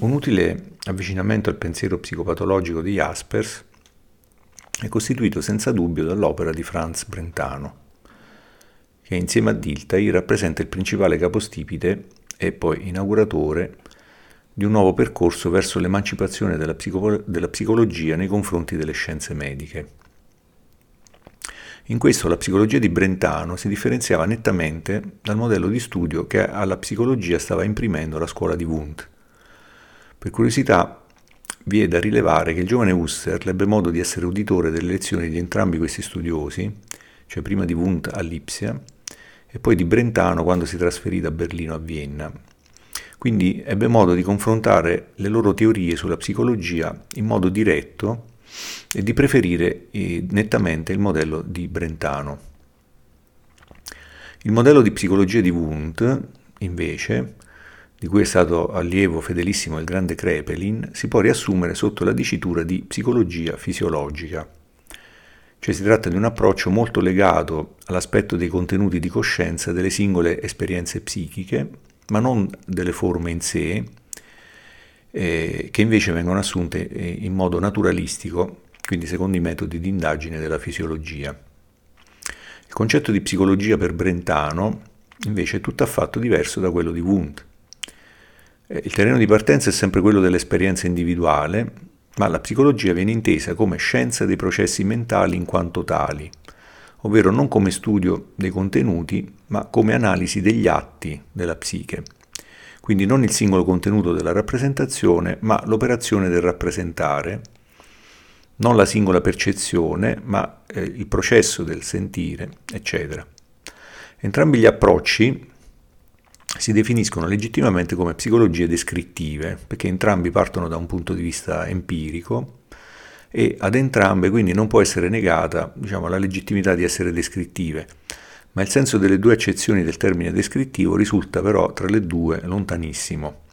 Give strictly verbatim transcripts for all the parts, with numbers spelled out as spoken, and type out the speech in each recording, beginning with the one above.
Un utile avvicinamento al pensiero psicopatologico di Jaspers è costituito senza dubbio dall'opera di Franz Brentano, che insieme a Dilthey rappresenta il principale capostipite e poi inauguratore di un nuovo percorso verso l'emancipazione della, psico- della psicologia nei confronti delle scienze mediche. In questo la psicologia di Brentano si differenziava nettamente dal modello di studio che alla psicologia stava imprimendo la scuola di Wundt. Per curiosità vi è da rilevare che il giovane Husserl ebbe modo di essere uditore delle lezioni di entrambi questi studiosi, cioè prima di Wundt a Lipsia e poi di Brentano quando si trasferì da Berlino a Vienna. Quindi ebbe modo di confrontare le loro teorie sulla psicologia in modo diretto e di preferire eh, nettamente il modello di Brentano. Il modello di psicologia di Wundt, invece, di cui è stato allievo fedelissimo il grande Kraepelin, si può riassumere sotto la dicitura di psicologia fisiologica. Cioè si tratta di un approccio molto legato all'aspetto dei contenuti di coscienza delle singole esperienze psichiche, ma non delle forme in sé, eh, che invece vengono assunte eh, in modo naturalistico, quindi secondo i metodi di indagine della fisiologia. Il concetto di psicologia per Brentano, invece, è tutt'affatto diverso da quello di Wundt. Eh, il terreno di partenza è sempre quello dell'esperienza individuale, ma la psicologia viene intesa come scienza dei processi mentali in quanto tali, ovvero non come studio dei contenuti, ma come analisi degli atti della psiche. Quindi non il singolo contenuto della rappresentazione, ma l'operazione del rappresentare, non la singola percezione, ma eh, il processo del sentire, eccetera. Entrambi gli approcci si definiscono legittimamente come psicologie descrittive, perché entrambi partono da un punto di vista empirico, e ad entrambe quindi non può essere negata, diciamo, la legittimità di essere descrittive, ma il senso delle due accezioni del termine descrittivo risulta però tra le due lontanissimo.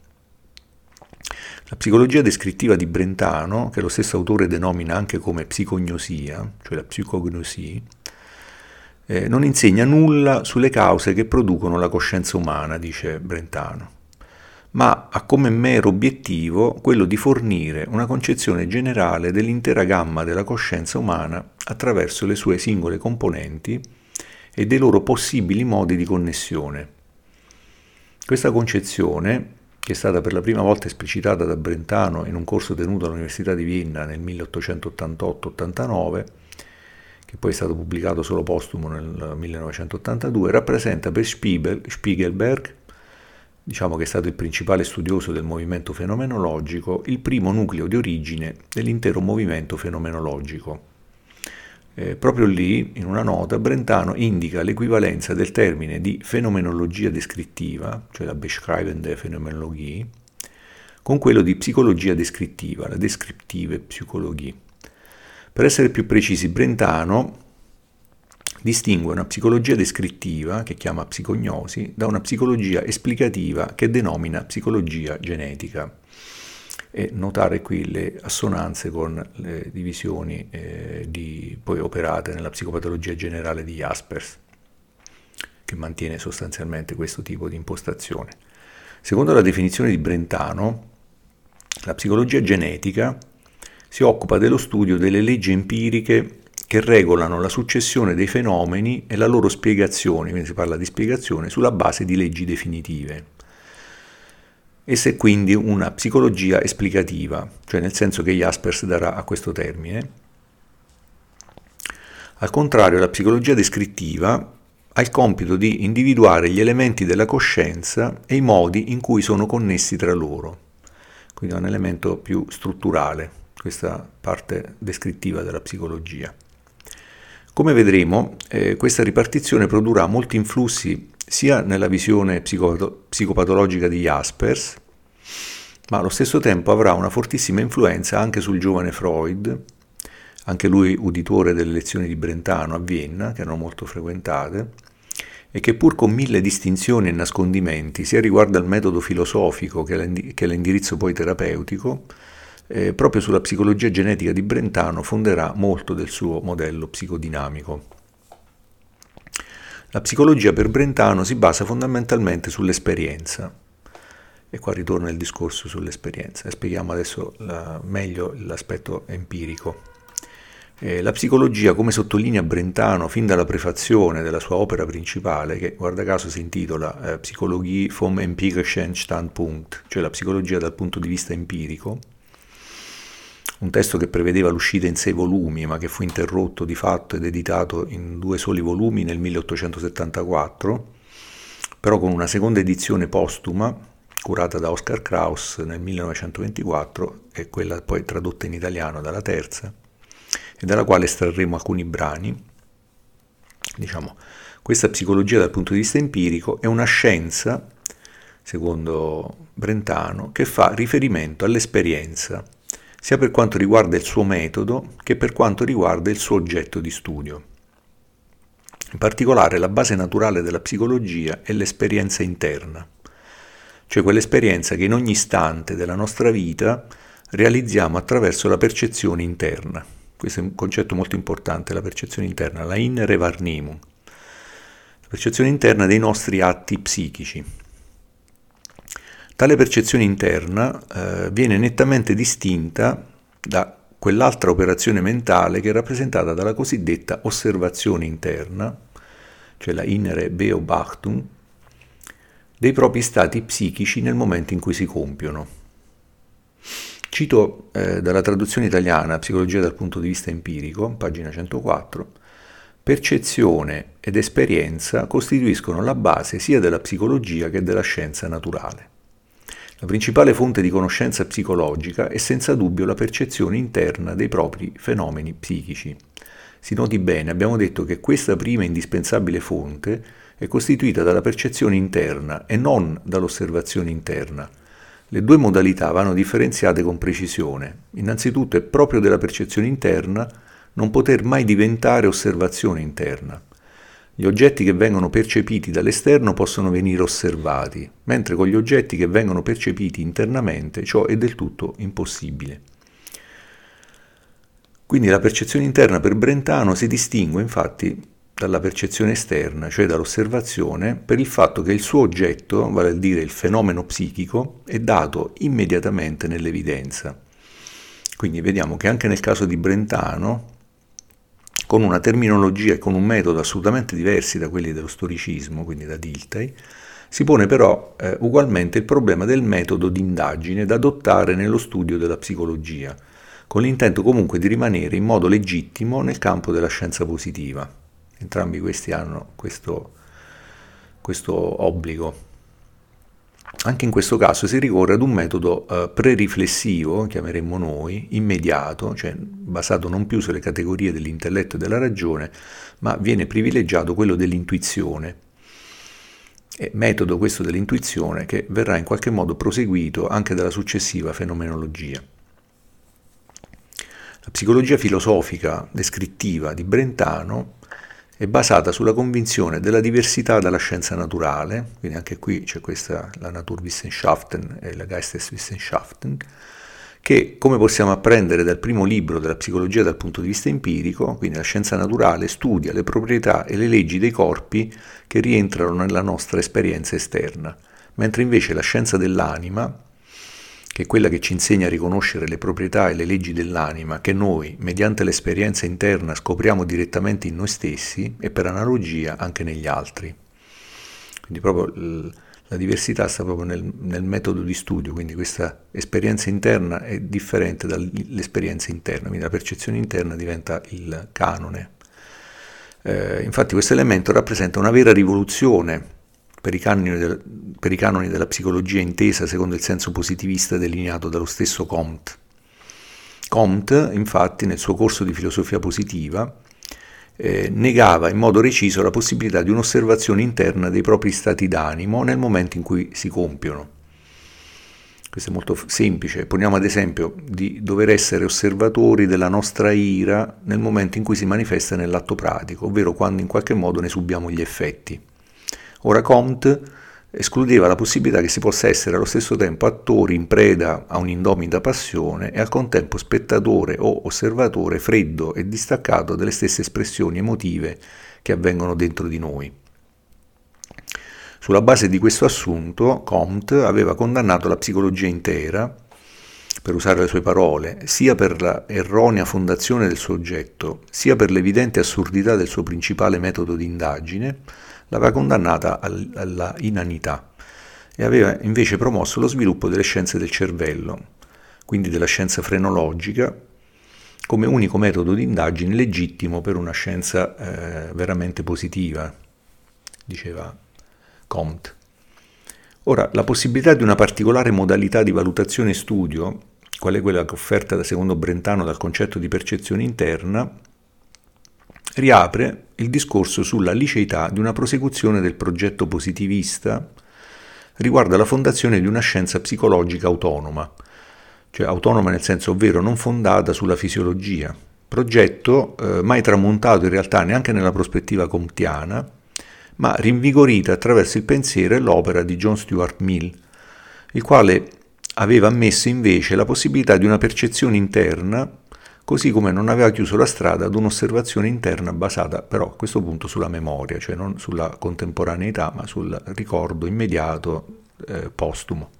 La psicologia descrittiva di Brentano, che lo stesso autore denomina anche come psicognosia, cioè la psicognosia, eh, non insegna nulla sulle cause che producono la coscienza umana, dice Brentano, ma ha come mero obiettivo quello di fornire una concezione generale dell'intera gamma della coscienza umana attraverso le sue singole componenti e dei loro possibili modi di connessione. Questa concezione, che è stata per la prima volta esplicitata da Brentano in un corso tenuto all'Università di Vienna nel milleottocentottantotto ottantanove, che poi è stato pubblicato solo postumo nel millenovecentottantadue, rappresenta per Spiegelberg, diciamo che è stato il principale studioso del movimento fenomenologico, il primo nucleo di origine dell'intero movimento fenomenologico. Eh, proprio lì, in una nota, Brentano indica l'equivalenza del termine di fenomenologia descrittiva, cioè la beschreibende Phänomenologie, con quello di psicologia descrittiva, la descriptive Psychologie. Per essere più precisi, Brentano distingue una psicologia descrittiva, che chiama psicognosi, da una psicologia esplicativa che denomina psicologia genetica. E notare qui le assonanze con le divisioni eh, di, poi operate nella psicopatologia generale di Jaspers, che mantiene sostanzialmente questo tipo di impostazione. Secondo la definizione di Brentano, la psicologia genetica si occupa dello studio delle leggi empiriche che regolano la successione dei fenomeni e la loro spiegazione, quindi si parla di spiegazione, sulla base di leggi definitive. Essa è quindi una psicologia esplicativa, cioè nel senso che Jaspers darà a questo termine. Al contrario, la psicologia descrittiva ha il compito di individuare gli elementi della coscienza e i modi in cui sono connessi tra loro. Quindi è un elemento più strutturale, questa parte descrittiva della psicologia. Come vedremo, eh, questa ripartizione produrrà molti influssi sia nella visione psicopato- psicopatologica di Jaspers, ma allo stesso tempo avrà una fortissima influenza anche sul giovane Freud, anche lui uditore delle lezioni di Brentano a Vienna, che erano molto frequentate, e che pur con mille distinzioni e nascondimenti, sia riguardo al metodo filosofico che all'indirizzo poi terapeutico, Eh, proprio sulla psicologia genetica di Brentano fonderà molto del suo modello psicodinamico. La psicologia per Brentano si basa fondamentalmente sull'esperienza. E qua ritorna il discorso sull'esperienza. E spieghiamo adesso la, meglio l'aspetto empirico. Eh, la psicologia, come sottolinea Brentano fin dalla prefazione della sua opera principale, che guarda caso si intitola eh, Psychologie vom empirischen Standpunkt, cioè la psicologia dal punto di vista empirico, un testo che prevedeva l'uscita in sei volumi, ma che fu interrotto di fatto ed editato in due soli volumi nel milleottocentosettantaquattro, però con una seconda edizione postuma, curata da Oscar Kraus nel millenovecentoventiquattro, e quella poi tradotta in italiano dalla terza, e dalla quale estrarremo alcuni brani. Diciamo, questa psicologia dal punto di vista empirico è una scienza, secondo Brentano, che fa riferimento all'esperienza, sia per quanto riguarda il suo metodo che per quanto riguarda il suo oggetto di studio. In particolare, la base naturale della psicologia è l'esperienza interna, cioè quell'esperienza che in ogni istante della nostra vita realizziamo attraverso la percezione interna. Questo è un concetto molto importante, la percezione interna, la innere Wahrnehmung, la percezione interna dei nostri atti psichici. Tale percezione interna eh, viene nettamente distinta da quell'altra operazione mentale che è rappresentata dalla cosiddetta osservazione interna, cioè la innere Beobachtung, dei propri stati psichici nel momento in cui si compiono. Cito eh, dalla traduzione italiana Psicologia dal punto di vista empirico, pagina centoquattro, percezione ed esperienza costituiscono la base sia della psicologia che della scienza naturale. La principale fonte di conoscenza psicologica è senza dubbio la percezione interna dei propri fenomeni psichici. Si noti bene, abbiamo detto che questa prima indispensabile fonte è costituita dalla percezione interna e non dall'osservazione interna. Le due modalità vanno differenziate con precisione. Innanzitutto è proprio della percezione interna non poter mai diventare osservazione interna. Gli oggetti che vengono percepiti dall'esterno possono venire osservati, mentre con gli oggetti che vengono percepiti internamente ciò è del tutto impossibile. Quindi la percezione interna per Brentano si distingue infatti dalla percezione esterna, cioè dall'osservazione, per il fatto che il suo oggetto, vale a dire il fenomeno psichico, è dato immediatamente nell'evidenza. Quindi vediamo che anche nel caso di Brentano, con una terminologia e con un metodo assolutamente diversi da quelli dello storicismo, quindi da Dilthey, si pone però eh, ugualmente il problema del metodo di indagine da adottare nello studio della psicologia, con l'intento comunque di rimanere in modo legittimo nel campo della scienza positiva. Entrambi questi hanno questo, questo obbligo. Anche in questo caso si ricorre ad un metodo eh, pre-riflessivo, chiameremmo noi, immediato, cioè basato non più sulle categorie dell'intelletto e della ragione, ma viene privilegiato quello dell'intuizione. È metodo questo dell'intuizione che verrà in qualche modo proseguito anche dalla successiva fenomenologia. La psicologia filosofica descrittiva di Brentano è basata sulla convinzione della diversità dalla scienza naturale, quindi anche qui c'è questa, la Naturwissenschaften e la Geisteswissenschaften, che, come possiamo apprendere dal primo libro della psicologia dal punto di vista empirico, quindi la scienza naturale, studia le proprietà e le leggi dei corpi che rientrano nella nostra esperienza esterna, mentre invece la scienza dell'anima, che è quella che ci insegna a riconoscere le proprietà e le leggi dell'anima che noi, mediante l'esperienza interna, scopriamo direttamente in noi stessi e per analogia anche negli altri. Quindi proprio la diversità sta proprio nel, nel metodo di studio, quindi questa esperienza interna è differente dall'esperienza interna, quindi la percezione interna diventa il canone. Eh, infatti questo elemento rappresenta una vera rivoluzione Per i, del, per i canoni della psicologia intesa secondo il senso positivista delineato dallo stesso Comte. Comte, infatti, nel suo corso di filosofia positiva, eh, negava in modo reciso la possibilità di un'osservazione interna dei propri stati d'animo nel momento in cui si compiono. Questo è molto semplice. Poniamo ad esempio di dover essere osservatori della nostra ira nel momento in cui si manifesta nell'atto pratico, ovvero quando in qualche modo ne subiamo gli effetti. Ora Comte escludeva la possibilità che si possa essere allo stesso tempo attori in preda a un'indomita passione e al contempo spettatore o osservatore freddo e distaccato delle stesse espressioni emotive che avvengono dentro di noi. Sulla base di questo assunto, Comte aveva condannato la psicologia intera, per usare le sue parole, sia per la erronea fondazione del suo oggetto, sia per l'evidente assurdità del suo principale metodo di indagine, l'aveva condannata alla inanità e aveva invece promosso lo sviluppo delle scienze del cervello, quindi della scienza frenologica, come unico metodo di indagine legittimo per una scienza eh, veramente positiva, diceva Comte. Ora, la possibilità di una particolare modalità di valutazione e studio, qual è quella offerta da secondo Brentano dal concetto di percezione interna, riapre il discorso sulla liceità di una prosecuzione del progetto positivista riguardo alla fondazione di una scienza psicologica autonoma, cioè autonoma nel senso ovvero non fondata sulla fisiologia, progetto eh, mai tramontato in realtà neanche nella prospettiva comtiana, ma rinvigorita attraverso il pensiero e l'opera di John Stuart Mill, il quale aveva ammesso invece la possibilità di una percezione interna, così come non aveva chiuso la strada ad un'osservazione interna basata però a questo punto sulla memoria, cioè non sulla contemporaneità, ma sul ricordo immediato eh, postumo.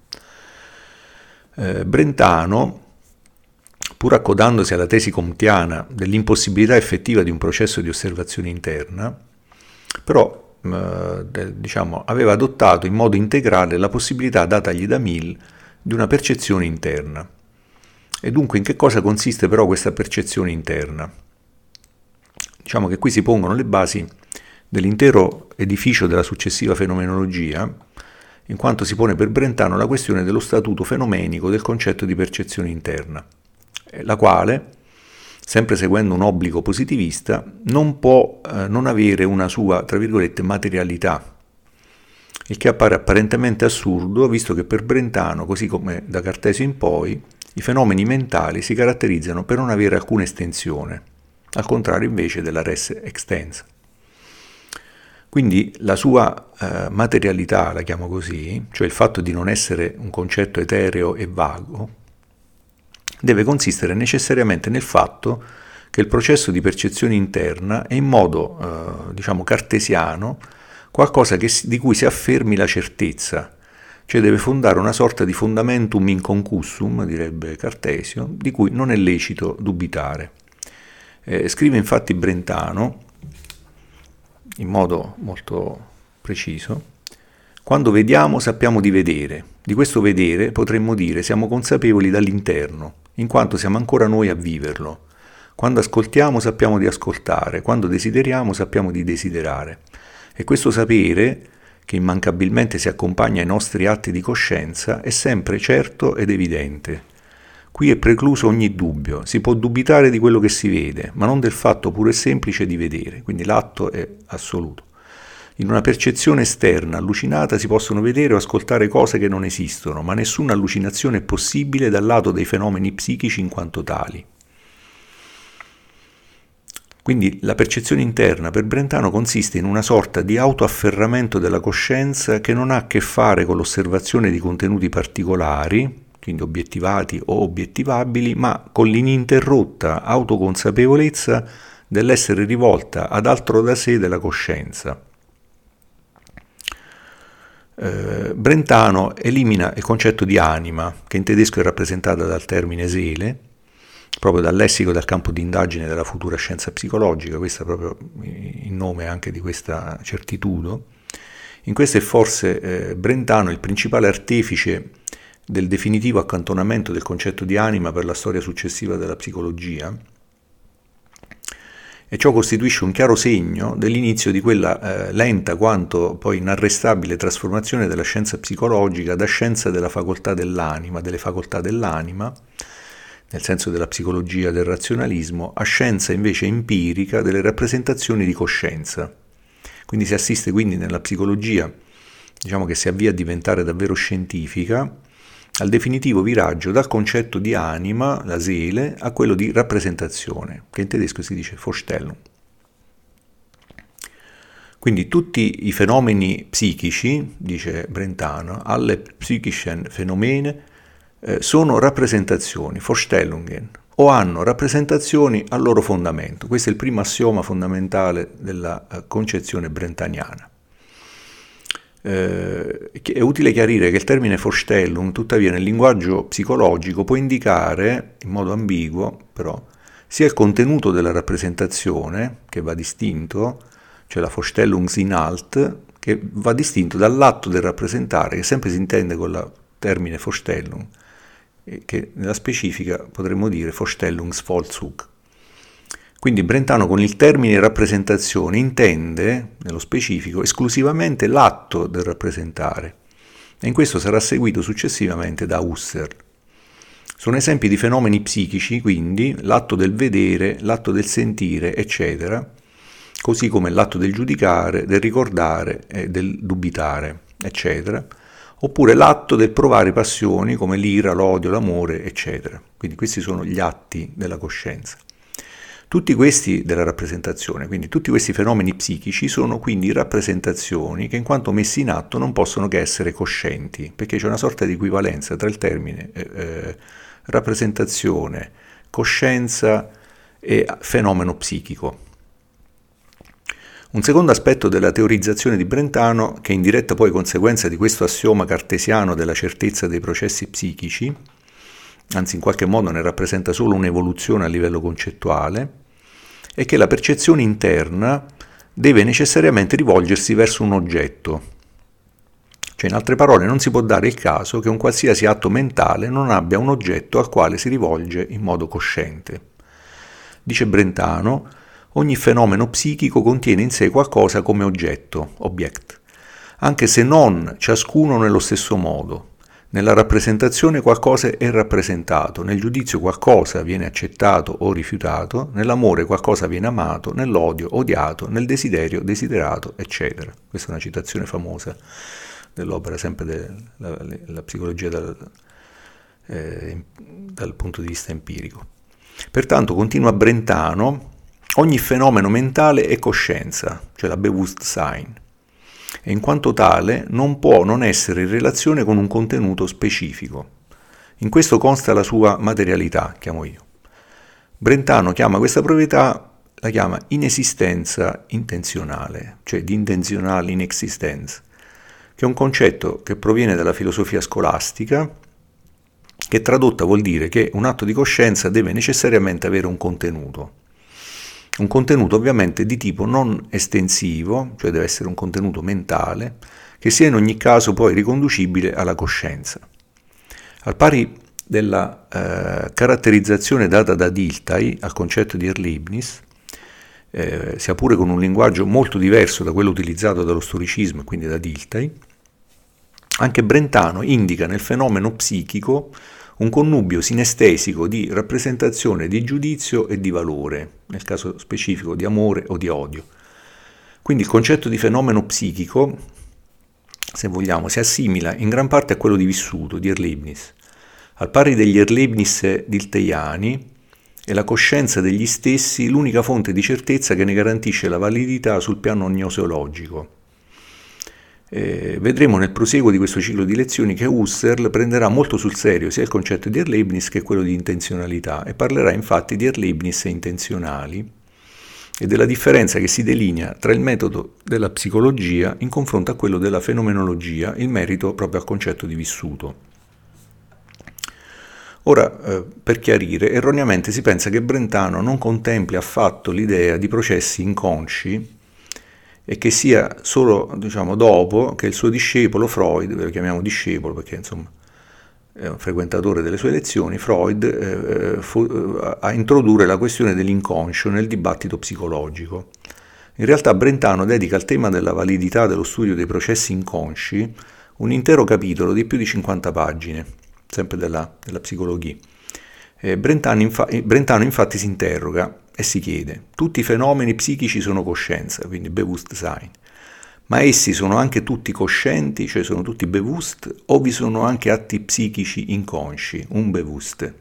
Eh, Brentano, pur accodandosi alla tesi comtiana dell'impossibilità effettiva di un processo di osservazione interna, però eh, diciamo, aveva adottato in modo integrale la possibilità datagli da Mill di una percezione interna. E dunque in che cosa consiste però questa percezione interna? Diciamo che qui si pongono le basi dell'intero edificio della successiva fenomenologia, in quanto si pone per Brentano la questione dello statuto fenomenico del concetto di percezione interna, la quale, sempre seguendo un obbligo positivista, non può eh, non avere una sua, tra virgolette, materialità, il che appare apparentemente assurdo, visto che per Brentano, così come da Cartesio in poi, i fenomeni mentali si caratterizzano per non avere alcuna estensione, al contrario invece della res extensa. Quindi la sua eh, materialità, la chiamo così, cioè il fatto di non essere un concetto etereo e vago, deve consistere necessariamente nel fatto che il processo di percezione interna è in modo, eh, diciamo, cartesiano, qualcosa che, di cui si affermi la certezza, cioè deve fondare una sorta di fundamentum inconcussum, direbbe Cartesio, di cui non è lecito dubitare. Eh, scrive infatti Brentano, in modo molto preciso, quando vediamo sappiamo di vedere, di questo vedere potremmo dire siamo consapevoli dall'interno, in quanto siamo ancora noi a viverlo. Quando ascoltiamo sappiamo di ascoltare, quando desideriamo sappiamo di desiderare. E questo sapere, che immancabilmente si accompagna ai nostri atti di coscienza, è sempre certo ed evidente. Qui è precluso ogni dubbio, si può dubitare di quello che si vede, ma non del fatto puro e semplice di vedere, quindi l'atto è assoluto. In una percezione esterna, allucinata, si possono vedere o ascoltare cose che non esistono, ma nessuna allucinazione è possibile dal lato dei fenomeni psichici in quanto tali. Quindi la percezione interna per Brentano consiste in una sorta di autoafferramento della coscienza che non ha a che fare con l'osservazione di contenuti particolari, quindi obiettivati o obiettivabili, ma con l'ininterrotta autoconsapevolezza dell'essere rivolta ad altro da sé della coscienza. Eh, Brentano elimina il concetto di anima, che in tedesco è rappresentata dal termine Seele, proprio dal lessico del campo di indagine della futura scienza psicologica, questo è proprio il nome anche di questa certitudo. In questo è forse eh, Brentano il principale artefice del definitivo accantonamento del concetto di anima per la storia successiva della psicologia, e ciò costituisce un chiaro segno dell'inizio di quella eh, lenta quanto poi inarrestabile trasformazione della scienza psicologica da scienza della facoltà dell'anima, delle facoltà dell'anima, nel senso della psicologia del razionalismo, a scienza invece empirica delle rappresentazioni di coscienza. Quindi si assiste quindi nella psicologia, diciamo che si avvia a diventare davvero scientifica, al definitivo viraggio dal concetto di anima, la Seele, a quello di rappresentazione, che in tedesco si dice Vorstellung. Quindi tutti i fenomeni psichici, dice Brentano, alle psychischen Phänomene, eh, sono rappresentazioni, Vorstellungen, o hanno rappresentazioni al loro fondamento. Questo è il primo assioma fondamentale della eh, concezione brentaniana. Eh, è utile chiarire che il termine Vorstellung, tuttavia, nel linguaggio psicologico può indicare, in modo ambiguo però, sia il contenuto della rappresentazione, che va distinto, cioè la Vorstellungsinhalt, che va distinto dall'atto del rappresentare, che sempre si intende con il termine Vorstellung, che nella specifica potremmo dire Vorstellungsvollzug. Quindi Brentano con il termine rappresentazione intende, nello specifico, esclusivamente l'atto del rappresentare, e in questo sarà seguito successivamente da Husserl. Sono esempi di fenomeni psichici, quindi, l'atto del vedere, l'atto del sentire, eccetera, così come l'atto del giudicare, del ricordare e del dubitare, eccetera, oppure l'atto del provare passioni come l'ira, l'odio, l'amore, eccetera. Quindi questi sono gli atti della coscienza. Tutti questi della rappresentazione, quindi tutti questi fenomeni psichici sono quindi rappresentazioni che in quanto messi in atto non possono che essere coscienti, perché c'è una sorta di equivalenza tra il termine eh, eh, rappresentazione, coscienza e fenomeno psichico. Un secondo aspetto della teorizzazione di Brentano, che è in diretta poi conseguenza di questo assioma cartesiano della certezza dei processi psichici, anzi in qualche modo ne rappresenta solo un'evoluzione a livello concettuale, è che la percezione interna deve necessariamente rivolgersi verso un oggetto. Cioè, in altre parole, non si può dare il caso che un qualsiasi atto mentale non abbia un oggetto al quale si rivolge in modo cosciente. Dice Brentano, ogni fenomeno psichico contiene in sé qualcosa come oggetto, object, anche se non ciascuno nello stesso modo. Nella rappresentazione qualcosa è rappresentato, nel giudizio qualcosa viene accettato o rifiutato, nell'amore qualcosa viene amato, nell'odio odiato, nel desiderio desiderato, eccetera. Questa è una citazione famosa dell'opera, sempre della psicologia dal, eh, dal punto di vista empirico. Pertanto, continua Brentano, ogni fenomeno mentale è coscienza, cioè la Bewusstsein, e in quanto tale non può non essere in relazione con un contenuto specifico. In questo consta la sua materialità, chiamo io. Brentano chiama questa proprietà, la chiama inesistenza intenzionale, cioè di intenzionale inexistence, che è un concetto che proviene dalla filosofia scolastica, che tradotta vuol dire che un atto di coscienza deve necessariamente avere un contenuto. Un contenuto ovviamente di tipo non estensivo, cioè deve essere un contenuto mentale, che sia in ogni caso poi riconducibile alla coscienza. Al pari della eh, caratterizzazione data da Dilthey al concetto di Erlebnis, eh, sia pure con un linguaggio molto diverso da quello utilizzato dallo storicismo e quindi da Dilthey, anche Brentano indica nel fenomeno psichico un connubio sinestesico di rappresentazione, di giudizio e di valore, nel caso specifico di amore o di odio. Quindi il concetto di fenomeno psichico, se vogliamo, si assimila in gran parte a quello di vissuto, di Erlebnis. Al pari degli Erlebnis diltheiani, è la coscienza degli stessi l'unica fonte di certezza che ne garantisce la validità sul piano gnoseologico. Eh, vedremo nel proseguo di questo ciclo di lezioni che Husserl prenderà molto sul serio sia il concetto di Erlebnis che quello di intenzionalità e parlerà infatti di Erlebnis intenzionali e della differenza che si delinea tra il metodo della psicologia in confronto a quello della fenomenologia, in merito proprio al concetto di vissuto. Ora, eh, per chiarire, erroneamente si pensa che Brentano non contempli affatto l'idea di processi inconsci e che sia solo, diciamo, dopo che il suo discepolo Freud, ve lo chiamiamo discepolo perché insomma è un frequentatore delle sue lezioni, Freud eh, fu, eh, a introdurre la questione dell'inconscio nel dibattito psicologico. In realtà Brentano dedica al tema della validità dello studio dei processi inconsci un intero capitolo di più di cinquanta pagine, sempre della, della psicologia. Eh, Brentano, infa- Brentano infatti si interroga e si chiede: tutti i fenomeni psichici sono coscienza, quindi Bewusstsein, ma essi sono anche tutti coscienti, cioè sono tutti bewusst, o vi sono anche atti psichici inconsci, unbewusst?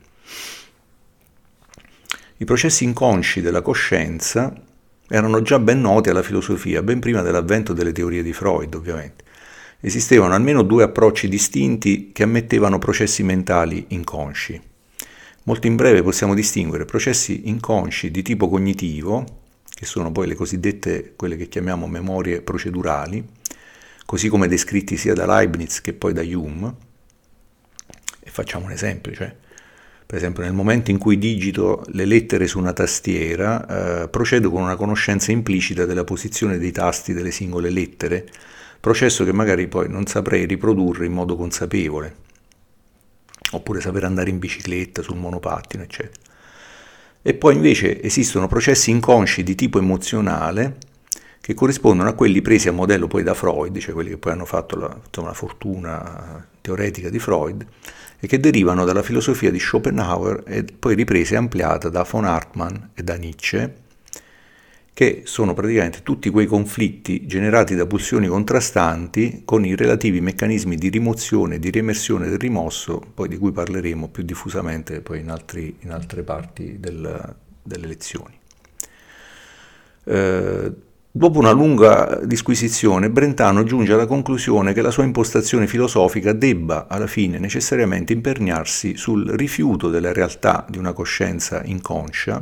I processi inconsci della coscienza erano già ben noti alla filosofia, ben prima dell'avvento delle teorie di Freud, ovviamente. Esistevano almeno due approcci distinti che ammettevano processi mentali inconsci. Molto in breve possiamo distinguere processi inconsci di tipo cognitivo, che sono poi le cosiddette, quelle che chiamiamo memorie procedurali, così come descritti sia da Leibniz che poi da Hume. E facciamo un esempio, cioè, per esempio nel momento in cui digito le lettere su una tastiera, eh, procedo con una conoscenza implicita della posizione dei tasti delle singole lettere, processo che magari poi non saprei riprodurre in modo consapevole, oppure saper andare in bicicletta, sul monopattino, eccetera. E poi invece esistono processi inconsci di tipo emozionale che corrispondono a quelli presi a modello poi da Freud, cioè quelli che poi hanno fatto la, insomma, la fortuna teoretica di Freud, e che derivano dalla filosofia di Schopenhauer e poi ripresa e ampliata da von Hartmann e da Nietzsche, che sono praticamente tutti quei conflitti generati da pulsioni contrastanti con i relativi meccanismi di rimozione e di riemersione del rimosso, poi di cui parleremo più diffusamente poi in, altri, in altre parti del, delle lezioni. Eh, Dopo una lunga disquisizione, Brentano giunge alla conclusione che la sua impostazione filosofica debba, alla fine, necessariamente imperniarsi sul rifiuto della realtà di una coscienza inconscia,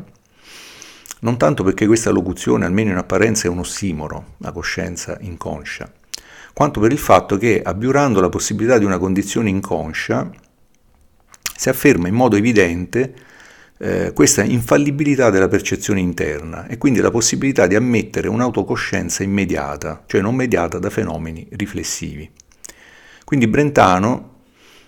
non tanto perché questa locuzione, almeno in apparenza, è un ossimoro, la coscienza inconscia, quanto per il fatto che, abiurando la possibilità di una condizione inconscia, si afferma in modo evidente Eh, questa infallibilità della percezione interna e quindi la possibilità di ammettere un'autocoscienza immediata, cioè non mediata da fenomeni riflessivi. Quindi Brentano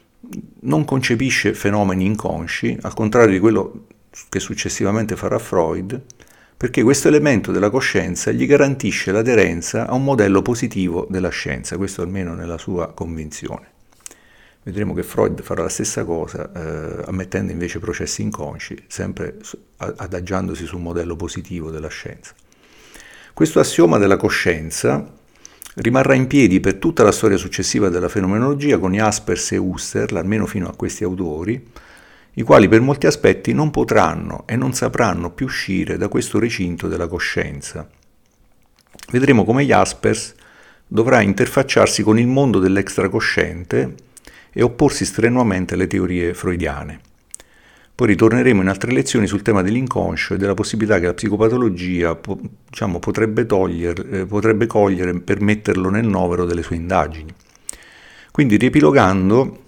non concepisce fenomeni inconsci, al contrario di quello che successivamente farà Freud, perché questo elemento della coscienza gli garantisce l'aderenza a un modello positivo della scienza, questo almeno nella sua convinzione. Vedremo che Freud farà la stessa cosa, eh, ammettendo invece processi inconsci, sempre adagiandosi sul modello positivo della scienza. Questo assioma della coscienza rimarrà in piedi per tutta la storia successiva della fenomenologia con Jaspers e Husserl, almeno fino a questi autori, i quali per molti aspetti non potranno e non sapranno più uscire da questo recinto della coscienza. Vedremo come Jaspers dovrà interfacciarsi con il mondo dell'extracosciente e opporsi strenuamente alle teorie freudiane. Poi ritorneremo in altre lezioni sul tema dell'inconscio e della possibilità che la psicopatologia diciamo, potrebbe, togliere, potrebbe cogliere per metterlo nel novero delle sue indagini. Quindi, riepilogando,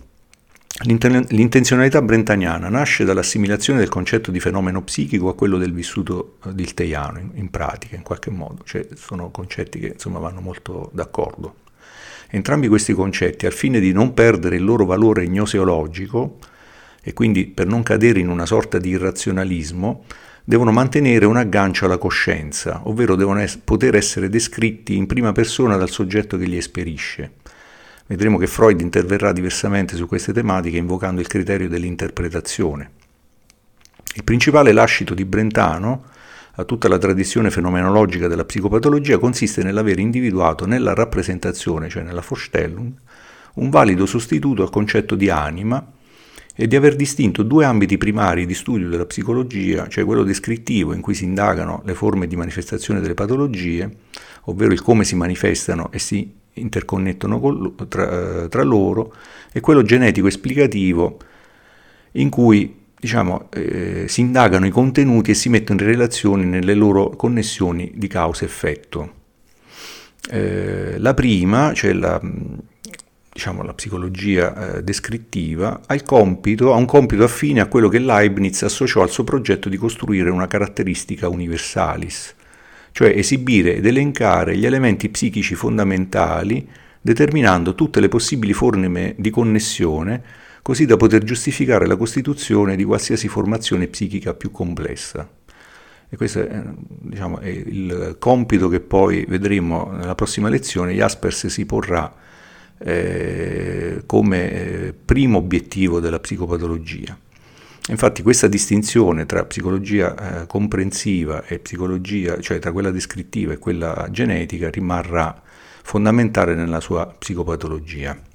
l'intenzionalità brentaniana nasce dall'assimilazione del concetto di fenomeno psichico a quello del vissuto dilteiano, in, in pratica, in qualche modo. Cioè, sono concetti che insomma vanno molto d'accordo. Entrambi questi concetti, al fine di non perdere il loro valore gnoseologico e quindi per non cadere in una sorta di irrazionalismo, devono mantenere un aggancio alla coscienza, ovvero devono es- poter essere descritti in prima persona dal soggetto che li esperisce. Vedremo che Freud interverrà diversamente su queste tematiche invocando il criterio dell'interpretazione. Il principale lascito di Brentano a tutta la tradizione fenomenologica della psicopatologia consiste nell'aver individuato nella rappresentazione, cioè nella Vorstellung, un valido sostituto al concetto di anima e di aver distinto due ambiti primari di studio della psicologia, cioè quello descrittivo in cui si indagano le forme di manifestazione delle patologie, ovvero il come si manifestano e si interconnettono con, tra, tra loro, e quello genetico esplicativo in cui diciamo, eh, si indagano i contenuti e si mettono in relazione nelle loro connessioni di causa-effetto. Eh, la prima, cioè la, diciamo, la psicologia eh, descrittiva, ha, il compito, ha un compito affine a quello che Leibniz associò al suo progetto di costruire una caratteristica universalis, cioè esibire ed elencare gli elementi psichici fondamentali, determinando tutte le possibili forme di connessione, così da poter giustificare la costituzione di qualsiasi formazione psichica più complessa. E questo è, diciamo, è il compito che poi vedremo nella prossima lezione. Jaspers si porrà eh, come eh, primo obiettivo della psicopatologia. Infatti questa distinzione tra psicologia eh, comprensiva e psicologia, cioè tra quella descrittiva e quella genetica, rimarrà fondamentale nella sua psicopatologia.